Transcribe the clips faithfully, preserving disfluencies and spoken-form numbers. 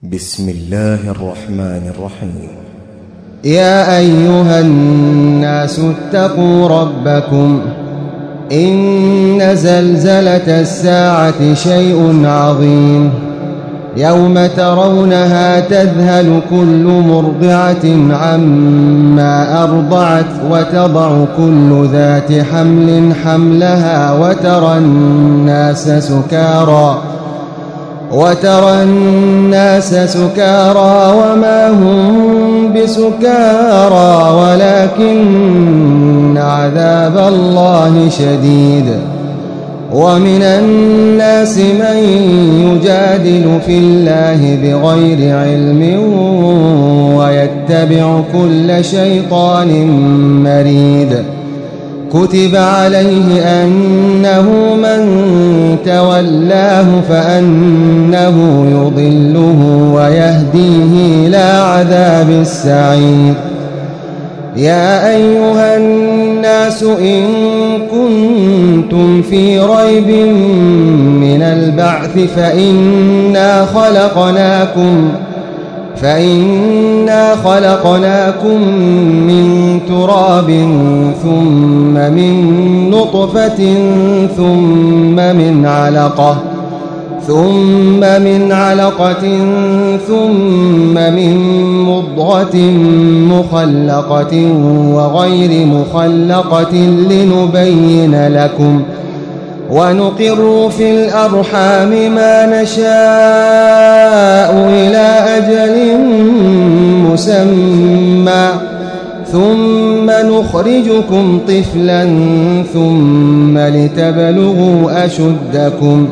بسم الله الرحمن الرحيم. يا أيها الناس اتقوا ربكم إن زلزلة الساعة شيء عظيم يوم ترونها تذهل كل مرضعة عما أرضعت وتضع كل ذات حمل حملها وترى الناس سكارى وترى الناس سكارى وما هم بسكارى ولكن عذاب الله شديد. ومن الناس من يجادل في الله بغير علم ويتبع كل شيطان مريد. كتب عليه أنه من تولاه فأنه يضله ويهديه إلى عذاب السعير. يا أيها الناس إن كنتم في ريب من البعث فإنا خلقناكم فإنا خلقناكم من تراب ثم من نطفة ثم من علقة ثم من علقة ثم من مضغة مخلقة وغير مخلقة لنبين لكم ونقر في الأرحام ما نشاء إلى أجل مسمى ثم نخرجكم طفلا ثم لتبلغوا أشدكم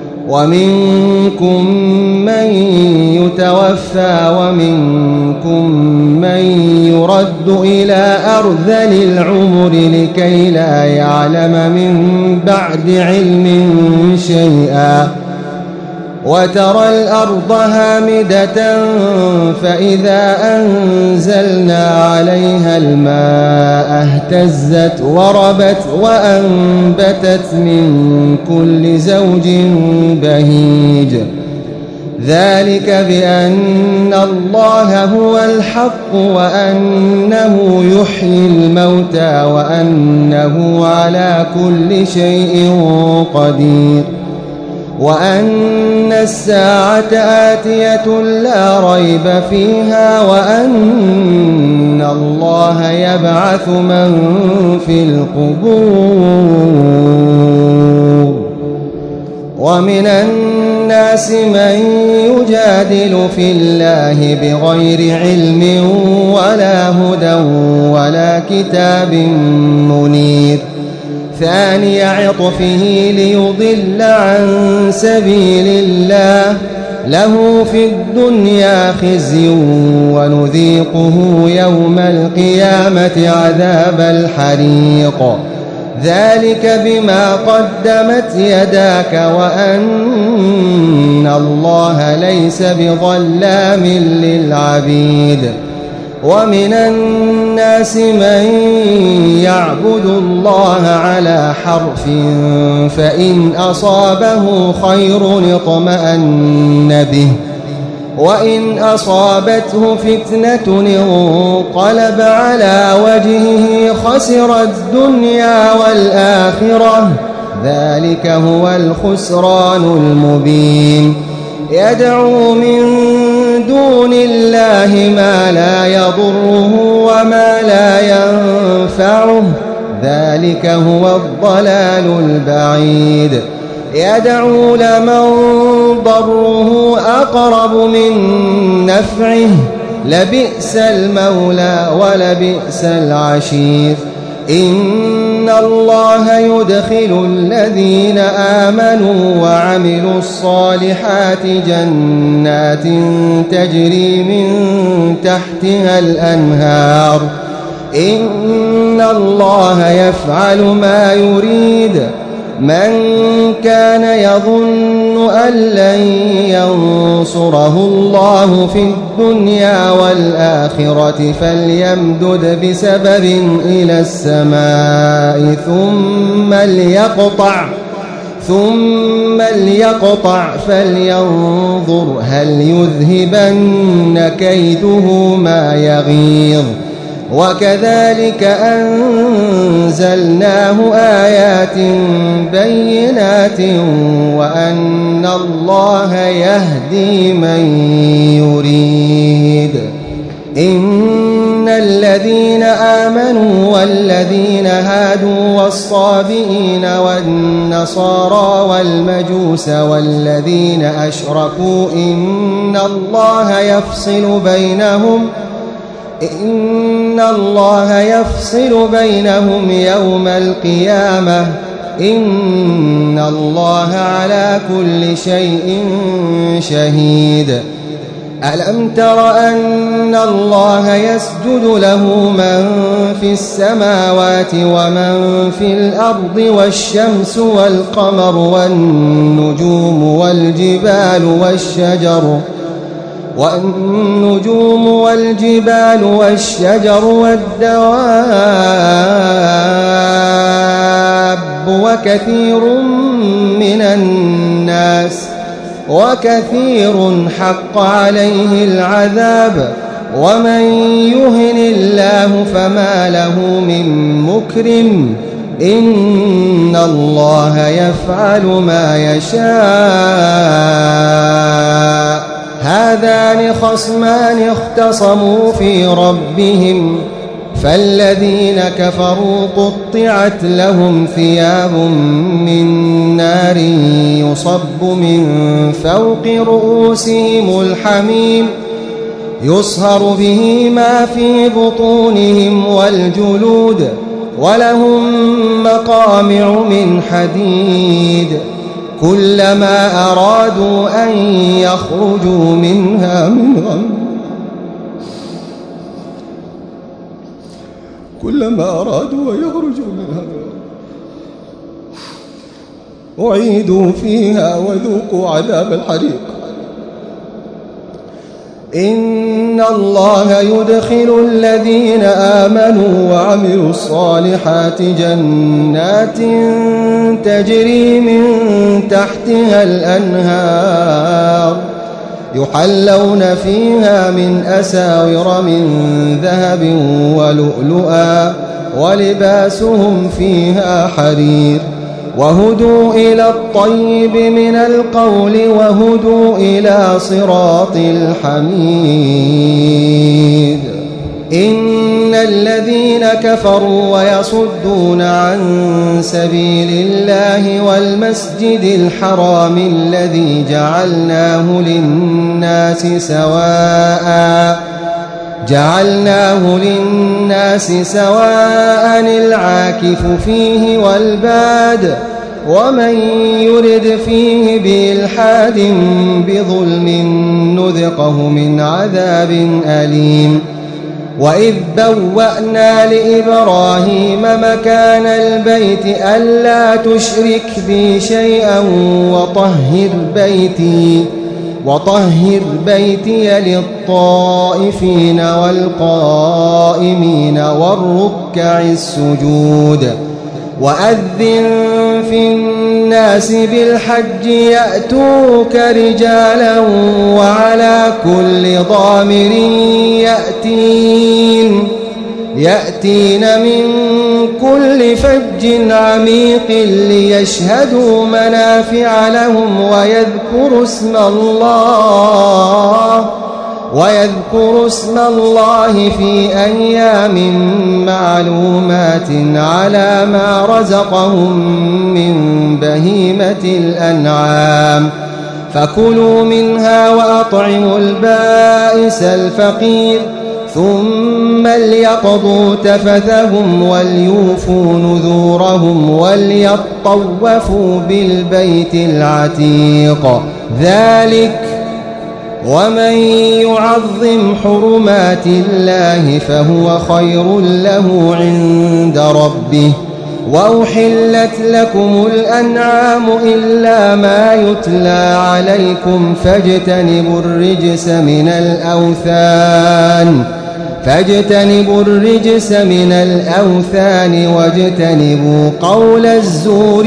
ومنكم من يتوفى ومنكم من يرد إلى أرذل العمر لكي لا يعلم من بعد علم شيئا. وترى الأرض هامدة فإذا أنزلنا عليها الماء اهتزت وربت وأنبتت من كل زوج بهيج. ذلك بأن الله هو الحق وأنه يحيي الموتى وأنه على كل شيء قدير وأن الساعة آتية لا ريب فيها وأن الله يبعث من في القبور. ومن الناس من يجادل في الله بغير علم ولا هدى ولا كتاب منير. ثاني عطفه ليضل عن سبيل الله له في الدنيا خزي ونذيقه يوم القيامة عذاب الحريق. ذلك بما قدمت يداك وأن الله ليس بظلام للعبيد. ومن الناس من يعبد الله على حرف فإن أصابه خير اطمأن به وإن أصابته فتنة انقلب على وجهه خسر الدنيا والآخرة. ذلك هو الخسران المبين. يدعو من دون الله ما لا يضره وما لا ينفعه. ذلك هو الضلال البعيد. يدعو لمن ضره أقرب من نفعه لبئس المولى ولبئس العشير. إن الله يدخل الذين آمنوا وعملوا الصالحات جنات تجري من تحتها الأنهار. إن الله يفعل ما يريد. من كان يظن أن لن ينصره الله في الدنيا والآخرة فليمدد بسبب إلى السماء ثم ليقطع ثم ليقطع فلينظر هل يذهبن كيده ما يغيظ وكذلك أنزلناه آيات بينات وأن الله يهدي من يريد. إن الذين آمنوا والذين هادوا والصابئين والنصارى والمجوس والذين أشركوا إن الله يفصل بينهم إن الله يفصل بينهم يوم القيامة إن الله على كل شيء شهيد. ألم تر أن الله يسجد له من في السماوات ومن في الأرض والشمس والقمر والنجوم والجبال والشجر والنجوم والجبال والشجر والدواب وكثير من الناس وكثير حق عليه العذاب ومن يهن الله فما له من مكرم إن الله يفعل ما يشاء. هذان خصمان اختصموا في ربهم فالذين كفروا قطعت لهم ثياب من نار يصب من فوق رؤوسهم الحميم يصهر به ما في بطونهم والجلود ولهم مقامع من حديد كلما أرادوا أن يخرجوا منها من غم كلما أرادوا أن يخرجوا منها أعيدوا فيها وذوقوا عذاب الحريق. إن الله يدخل الذين آمنوا وعملوا الصالحات جنات تجري من تحتها الأنهار يحلون فيها من أساور من ذهب ولؤلؤا ولباسهم فيها حرير وهدوا إلى الطيب من القول وهدوا إلى صراط الحميد. إن الذين كفروا ويصدون عن سبيل الله والمسجد الحرام الذي جعلناه للناس سواء جعلناه للناس سواء العاكف فيه والباد ومن يرد فيه بإلحاد بظلم نذقه من عذاب أليم. وإذ بوأنا لإبراهيم مكان البيت ألا تشرك بي شيئا وطهر بيتي وطهر بيتي للطائفين والقائمين والركع السجود. وأذن في الناس بالحج يأتوك رجالا وعلى كل ضامر يأتين يأتين من كل فج عميق ليشهدوا منافع لهم ويذكروا اسم الله ويذكروا اسم الله في أيام معلومات على ما رزقهم من بهيمة الأنعام فكلوا منها وأطعموا البائس الفقير ثم ليقضوا تفثهم وليوفوا نذورهم وليطوفوا بالبيت العتيق. ذلك ومن يعظم حرمات الله فهو خير له عند ربه. وأحلت لكم الأنعام إلا ما يتلى عليكم فاجتنبوا الرجس من الأوثان فاجتنبوا الرجس من الأوثان واجتنبوا قول الزور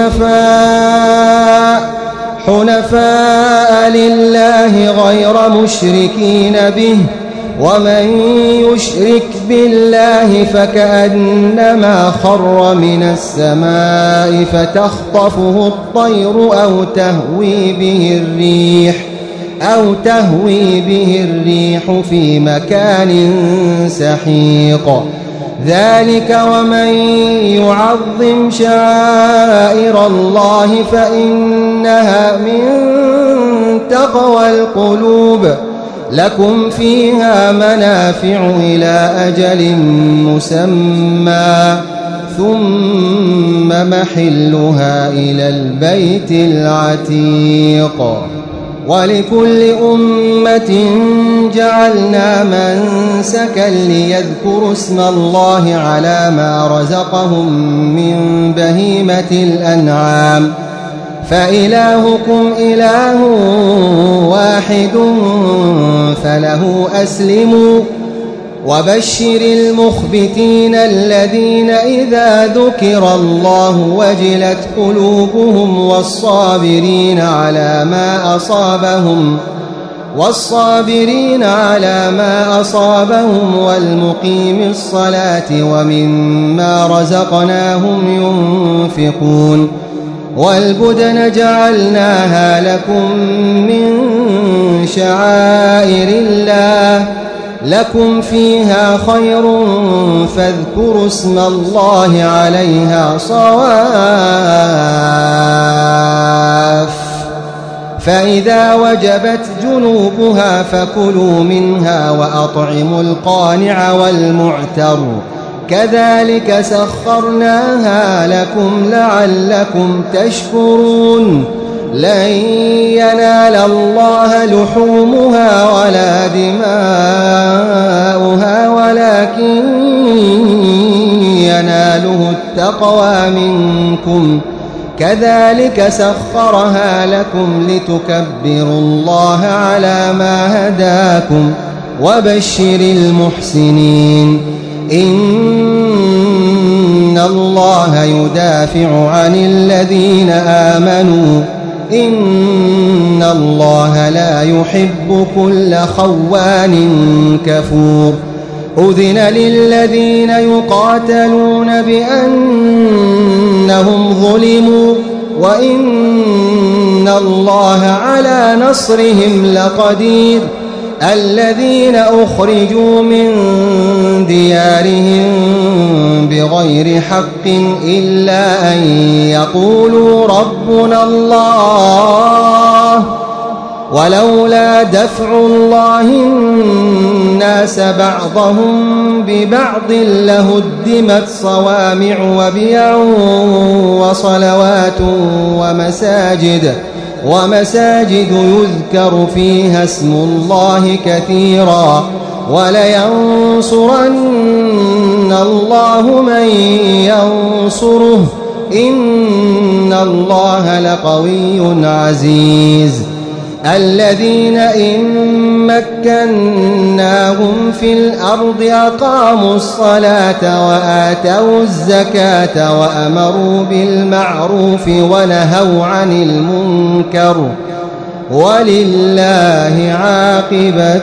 حنفاء حنفاء لله غير مشركين به ومن يشرك بالله فكأنما خر من السماء فتخطفه الطير أو تهوي به الريح أو تهوي به الريح في مكان سحيق ذلك ومن يعظم شعائر الله فإنها من تقوى القلوب لكم فيها منافع إلى أجل مسمى ثم محلها إلى البيت العتيق ولكل أمة جعلنا منسكا ليذكروا اسم الله على ما رزقهم من بهيمة الأنعام فإلهكم إله واحد فله أسلموا وبشر المخبتين الذين إذا ذكر الله وجلت قلوبهم والصابرين على ما أصابهم والصابرين على ما أصابهم والمقيم الصلاة ومما رزقناهم ينفقون والبدن جعلناها لكم من شعائر الله لكم فيها خير فاذكروا اسم الله عليها صواف فإذا وجبت جنوبها فكلوا منها وأطعموا القانع والمعتر كذلك سخرناها لكم لعلكم تشكرون لن ينال الله لحومها ولا دماؤها ولكن يناله التقوى منكم كذلك سخرها لكم لتكبروا الله على ما هداكم وبشر المحسنين إن الله يدافع عن الذين آمنوا إن الله لا يحب كل خوان كفور أذن للذين يقاتلون بأنهم ظلموا وإن الله على نصرهم لقدير الذين أخرجوا من ديارهم بغير حق إلا أن يقولوا ربنا الله ولولا دفع الله الناس بعضهم ببعض لهدمت صوامع وبيع وصلوات ومساجد ومساجد يذكر فيها اسم الله كثيرا ولينصرن الله من ينصره إن الله لقوي عزيز الذين إن مكناهم في الأرض أقاموا الصلاة وآتوا الزكاة وأمروا بالمعروف ونهوا عن المنكر ولله عاقبة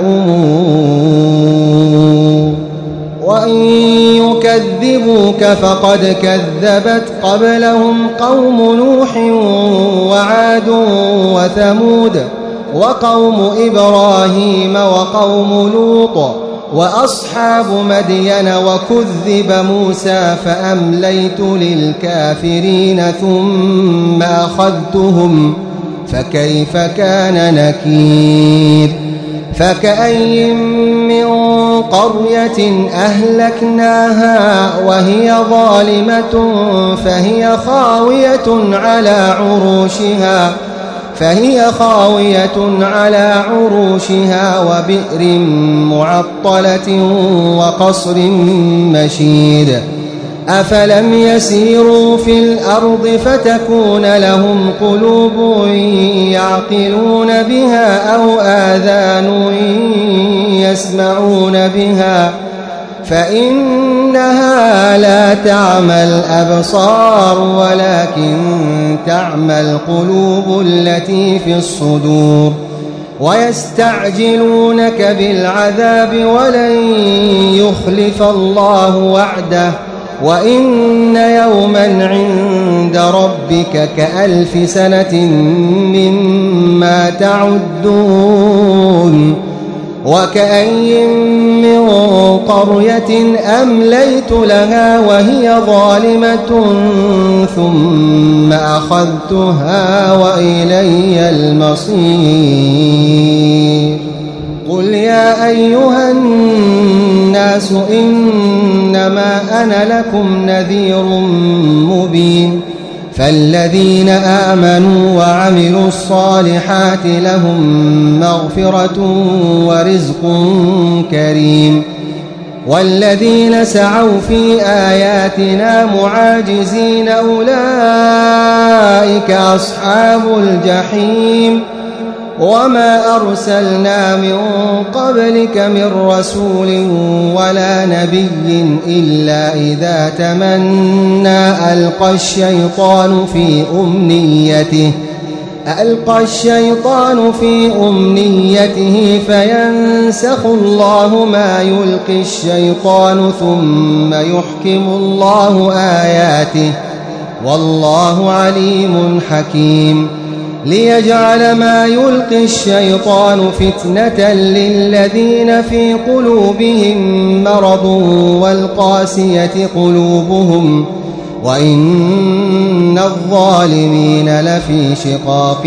الأمور وإن يكذبوك فقد كذبت قبلهم قوم نوح وعاد وثمود وقوم إبراهيم وقوم لوط وأصحاب مدين وكذب موسى فأمليت للكافرين ثم أخذتهم فكيف كان نكير فكأي من قرية أهلكناها وهي ظالمة فهي خاوية على عروشها فهي خاوية على عروشها وبئر معطلة وقصر مشيد أفلم يسيروا في الأرض فتكون لهم قلوب يعقلون بها أو آذان يسمعون بها فإنها لا تعمى الأبصار ولكن تعمى القلوب التي في الصدور ويستعجلونك بالعذاب ولن يخلف الله وعده وإن يوما عند ربك كألف سنة مما تعدون وكأي من قرية أمليت لها وهي ظالمة ثم أخذتها وإلي المصير قل يا أيها الناس إنما أنا لكم نذير مبين فالذين آمنوا وعملوا الصالحات لهم مغفرة ورزق كريم والذين سعوا في آياتنا معاجزين أولئك أصحاب الجحيم وما أرسلنا من قبلك من رسول ولا نبي إلا إذا تمنى ألقى الشيطان في أمنيته ألقى الشيطان في أمنيته فينسخ الله ما يلقي الشيطان ثم يحكم الله آياته والله عليم حكيم ليجعل ما يلقي الشيطان فتنة للذين في قلوبهم مرض والقاسية قلوبهم وإن الظالمين لفي شقاق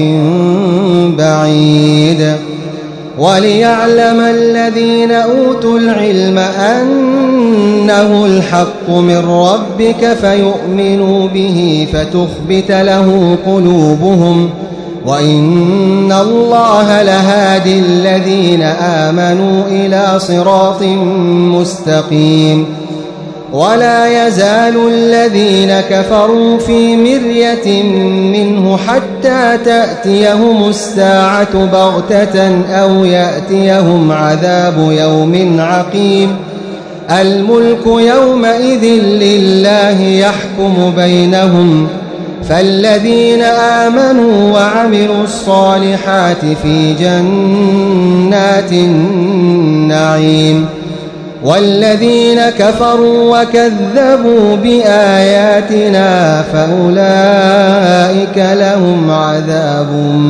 بعيد وليعلم الذين أوتوا العلم أنه الحق من ربك فيؤمنوا به فتخبت له قلوبهم وإن الله لهادي الذين آمنوا إلى صراط مستقيم ولا يزال الذين كفروا في مرية منه حتى تأتيهم الساعة بغتة أو يأتيهم عذاب يوم عقيم الملك يومئذ لله يحكم بينهم فالذين آمنوا وعملوا الصالحات في جنات النعيم والذين كفروا وكذبوا بآياتنا فأولئك لهم عذاب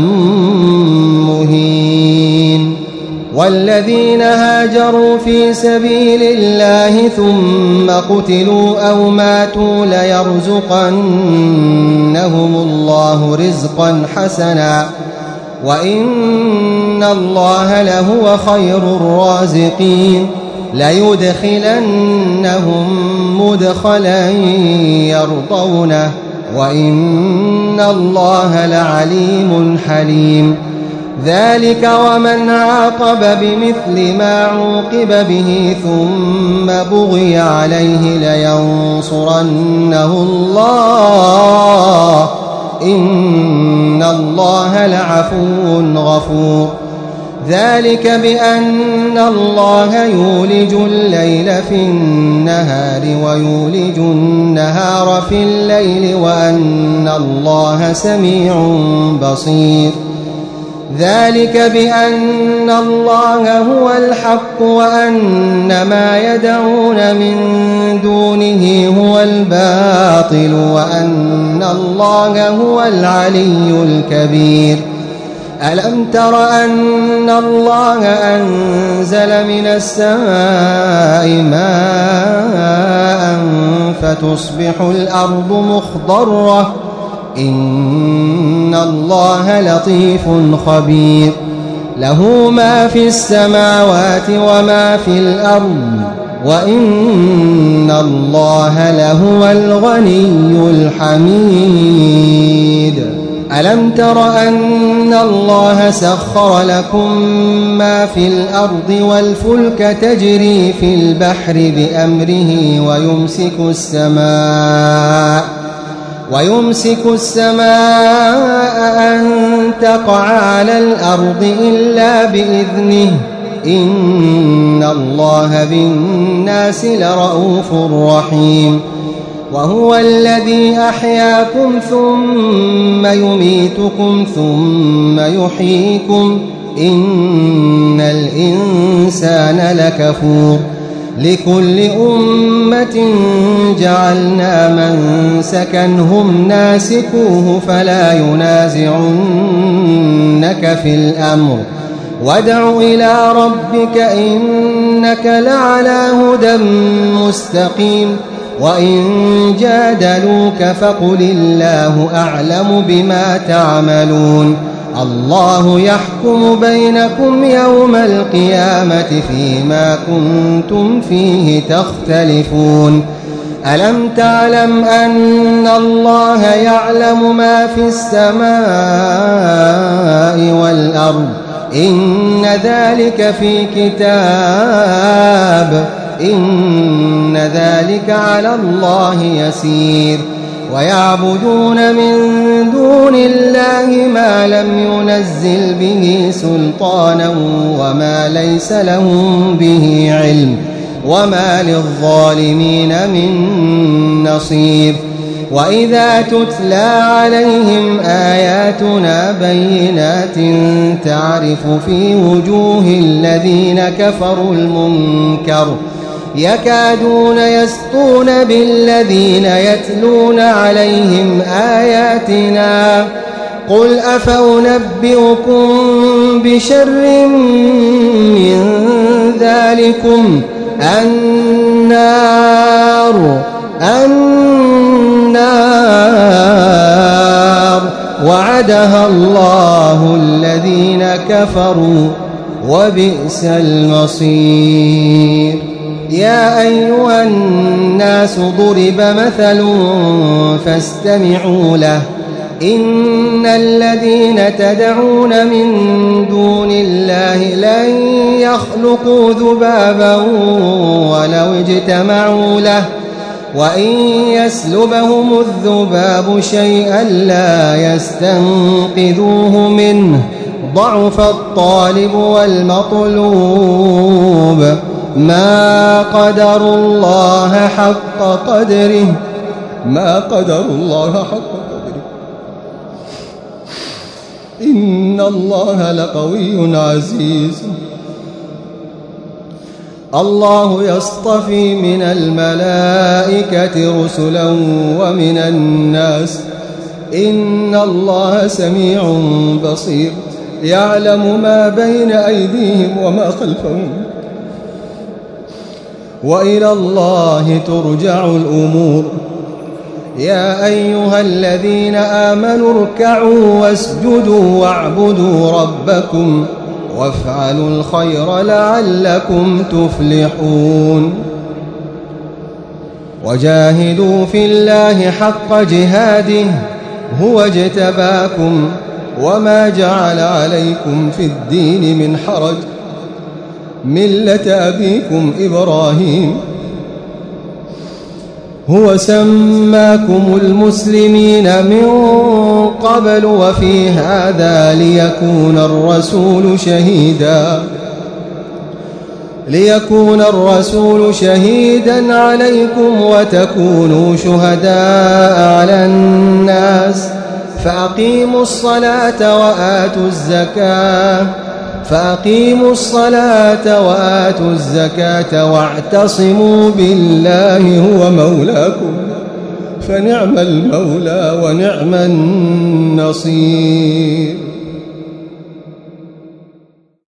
مهين والذين هاجروا في سبيل الله ثم قتلوا أو ماتوا ليرزقنهم الله رزقا حسنا وإن الله لهو خير الرازقين ليدخلنهم مدخلا يرضونه وإن الله لعليم حليم ذلك ومن عاقب بمثل ما عوقب به ثم بغي عليه لينصرنه الله إن الله لعفو غفور ذلك بأن الله يولج الليل في النهار ويولج النهار في الليل وأن الله سميع بصير ذلك بأن الله هو الحق وأن ما يدعون من دونه هو الباطل وأن الله هو العلي الكبير ألم تر أن الله أنزل من السماء ماء فتصبح الأرض مخضرة إن الله لطيف خبير له ما في السماوات وما في الأرض وإن الله لهو الغني الحميد ألم تر أن الله سخر لكم ما في الأرض والفلك تجري في البحر بأمره ويمسك السماء ويمسك السماء أن تقع على الأرض إلا بإذنه إن الله بالناس لرءوف رحيم وهو الذي أحياكم ثم يميتكم ثم يحييكم إن الإنسان لكفور لكل أمة جعلنا منسكا هم ناسكوه فلا ينازعنك في الأمر وادع إلى ربك إنك لعلى هدى مستقيم وإن جادلوك فقل الله أعلم بما تعملون الله يحكم بينكم يوم القيامة فيما كنتم فيه تختلفون ألم تعلم أن الله يعلم ما في السماء والأرض إن ذلك في كتاب إن ذلك على الله يسير ويعبدون من دون الله ما لم ينزل به سلطانا وما ليس لهم به علم وما للظالمين من نصير وإذا تتلى عليهم آياتنا بينات تعرف في وجوه الذين كفروا المنكر يكادون يسطون بالذين يتلون عليهم آياتنا قل أفأنبئكم بشر من ذلكم النار النار وعدها الله الذين كفروا وبئس المصير يا أيها الناس ضرب مثل فاستمعوا له إن الذين تدعون من دون الله لن يخلقوا ذبابا ولو اجتمعوا له وإن يسلبهم الذباب شيئا لا يستنقذوه منه ضعف الطالب والمطلوب ما قدروا الله حق قدره ما قدروا الله حق قدره إن الله لقوي عزيز الله يصطفي من الملائكة رسلا ومن الناس إن الله سميع بصير يعلم ما بين أيديهم وما خلفهم وإلى الله ترجع الأمور يا أيها الذين آمنوا اركعوا واسجدوا واعبدوا ربكم وافعلوا الخير لعلكم تفلحون وجاهدوا في الله حق جهاده هو اجتباكم وما جعل عليكم في الدين من حرج ملة أبيكم إبراهيم هو سماكم المسلمين من قبل وفي هذا ليكون الرسول شهيدا ليكون الرسول شهيدا عليكم وتكونوا شهداء على الناس فأقيموا الصلاة وآتوا الزكاة فأقيموا الصلاة وآتوا الزكاة واعتصموا بالله هو مولاكم فنعم المولى ونعم النصير